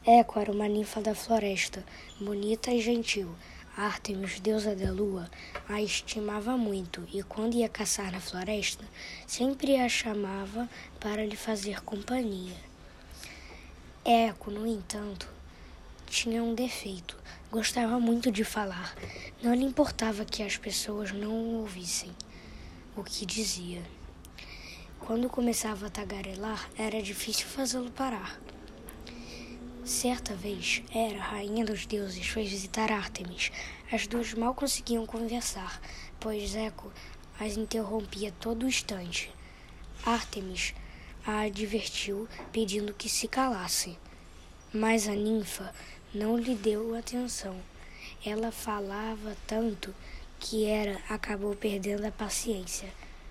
Eco era uma ninfa da floresta, bonita e gentil. Ártemis, deusa da lua, a estimava muito e, quando ia caçar na floresta, sempre a chamava para lhe fazer companhia. Eco, no entanto, tinha um defeito. Gostava muito de falar. Não lhe importava que as pessoas não ouvissem o que dizia. Quando começava a tagarelar, era difícil fazê-lo parar. Certa vez, Hera, rainha dos deuses, foi visitar Ártemis. As duas mal conseguiam conversar, pois Eco as interrompia todo instante. Ártemis a advertiu, pedindo que se calasse. Mas a ninfa não lhe deu atenção. Ela falava tanto que Hera acabou perdendo a paciência.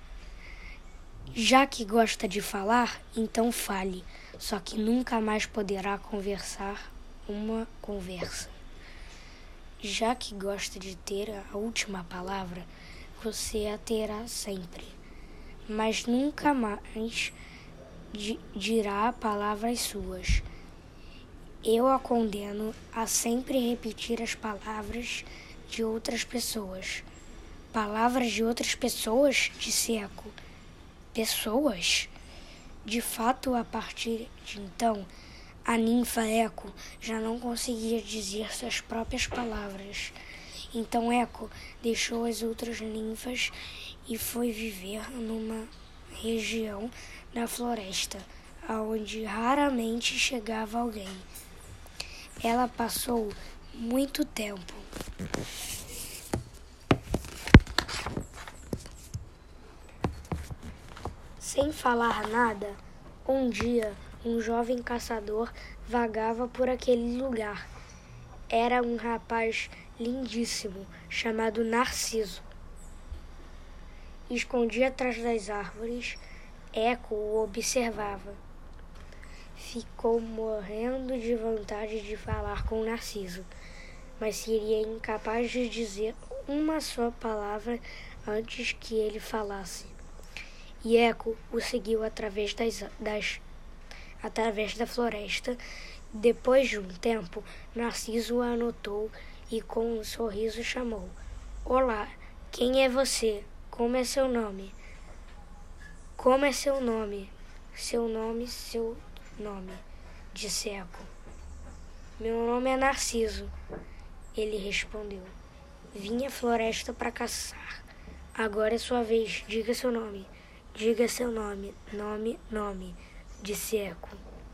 Já que gosta de falar, então fale, só que nunca mais poderá conversar uma conversa. Já que gosta de ter a última palavra, você a terá sempre, mas nunca mais dirá palavras suas. Eu a condeno a sempre repetir as palavras de outras pessoas. Palavras de outras pessoas? Disse Eco. Pessoas? De fato, a partir de então, a ninfa Eco já não conseguia dizer suas próprias palavras. Então Eco deixou as outras ninfas e foi viver numa região da floresta, aonde raramente chegava alguém. Ela passou muito tempo sem falar nada. Um dia, um jovem caçador vagava por aquele lugar. Era um rapaz lindíssimo, chamado Narciso. Escondia atrás das árvores. Eco o observava. Ficou morrendo de vontade de falar com Narciso, mas seria incapaz de dizer uma só palavra antes que ele falasse. E Eco o seguiu através da floresta. Depois de um tempo, Narciso a notou e com um sorriso chamou. Olá, quem é você? Como é seu nome? Como é seu nome? Seu nome, disse Eco. Meu nome é Narciso, ele respondeu. Vim à floresta para caçar. Agora é sua vez, diga seu nome. Diga seu nome, nome, disse Eco.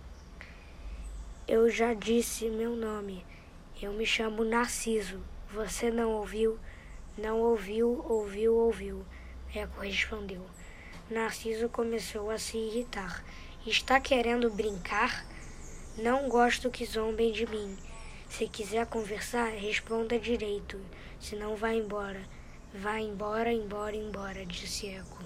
Eu já disse meu nome. Eu me chamo Narciso. Você não ouviu? Não ouviu, ouviu. Eco respondeu. Narciso começou a se irritar. Está querendo brincar? Não gosto que zombem de mim. Se quiser conversar, responda direito. Senão vá embora. Vá embora, disse Eco.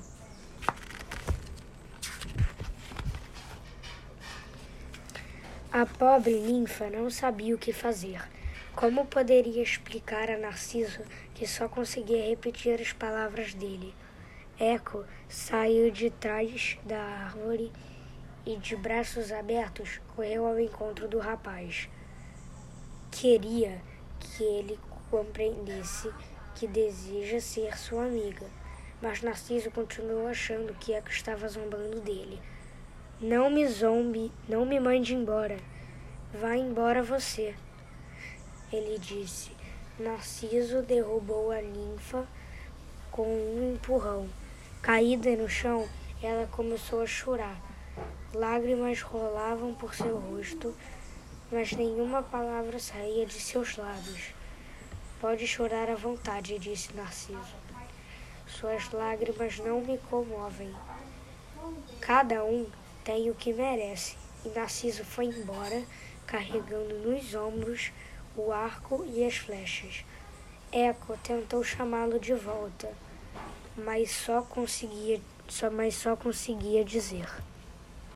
A pobre ninfa não sabia o que fazer. Como poderia explicar a Narciso que só conseguia repetir as palavras dele? Eco saiu de trás da árvore e, de braços abertos, correu ao encontro do rapaz. Queria que ele compreendesse que deseja ser sua amiga, mas Narciso continuou achando que Eco estava zombando dele. Não me zombe, não me mande embora. Vá embora você, ele disse. Narciso derrubou a ninfa com um empurrão. Caída no chão, ela começou a chorar. Lágrimas rolavam por seu rosto, mas nenhuma palavra saía de seus lábios. Pode chorar à vontade, disse Narciso. Suas lágrimas não me comovem. Cada um tem o que merece. E Narciso foi embora, carregando nos ombros o arco e as flechas. Eco tentou chamá-lo de volta, mas só conseguia dizer: